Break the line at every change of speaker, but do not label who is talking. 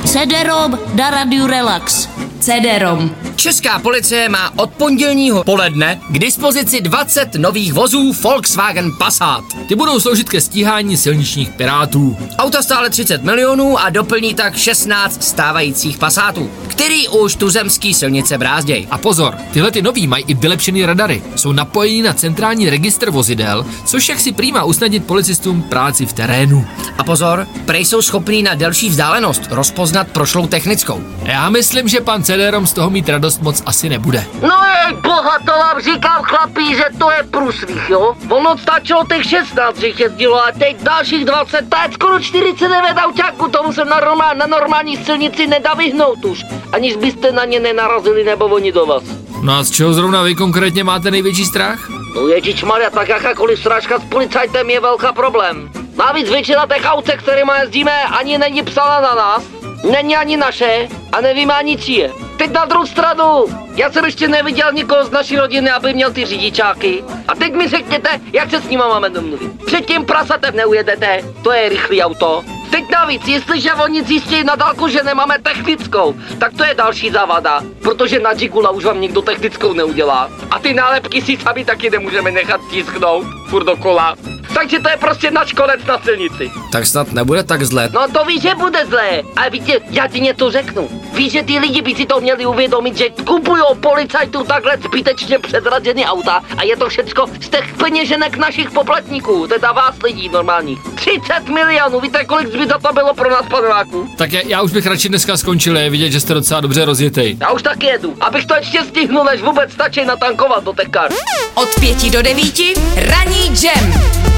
CD-ROM na Radio Relax. CD-ROM.
Česká policie má od pondělního poledne k dispozici 20 nových vozů Volkswagen Passat.
Ty budou sloužit ke stíhání silničních pirátů.
Auta stále 30 milionů a doplní tak 16 stávajících Passatů, který už tuzemský silnice brázděj.
A pozor, tyhle ty nový mají i vylepšený radary. Jsou napojení na centrální registr vozidel, což jak si prý má usnadnit policistům práci v terénu.
A pozor, prej jsou schopný na delší vzdálenost rozpoznat prošlou technickou.
Já myslím, že pan CD-ROM z toho mít radost moc asi nebude.
No jej boha, to vám říkám chlapí, že to je průsvih, jo? Ono stačilo těch 16, že jezdilo, a teď dalších 20, to je skoro 49 autáků, tomu se na normální silnici nedá vyhnout už, aniž byste na ně nenarazili nebo oni do vás.
No a z čeho zrovna vy konkrétně máte největší strach?
No ježičmarja, tak jakákoliv srážka s policajtem je velká problém. Navíc většina těch aut, se kterýma jezdíme, ani není psána na nás, není ani naše a nevíme ani čí. Teď na druhou stranu, já jsem ještě neviděl nikoho z naší rodiny, aby měl ty řidičáky. A teď mi řekněte, jak se s nima máme domluvit. Před tím prasatem neujedete, to je rychlý auto. Teď navíc, jestliže oni zjistí na dálku, že nemáme technickou, tak to je další závada, protože na Jigula už vám nikdo technickou neudělá. A ty nálepky si sami taky nemůžeme nechat tisknout, furt dokola. Takže to je prostě náš konec na silnici.
Tak snad nebude tak zlé.
No to víš, že bude zlé. A víte, já ti něco řeknu. Víš, že ty lidi by si to měli uvědomit, že kupujou policajtů takhle zbytečně předražený auta a je to všecko z těch peněženek našich poplatníků, teda vás lidí normálních. 30 milionů, víte, kolik by za to bylo pro nás paneláků?
Tak já už bych radši dneska skončil, je vidět, že jste docela dobře rozjetej.
Já už tak jedu, abych to ještě stihnul, než vůbec stačí natankovat do té kar.
Od 5 do 9 ranní jam.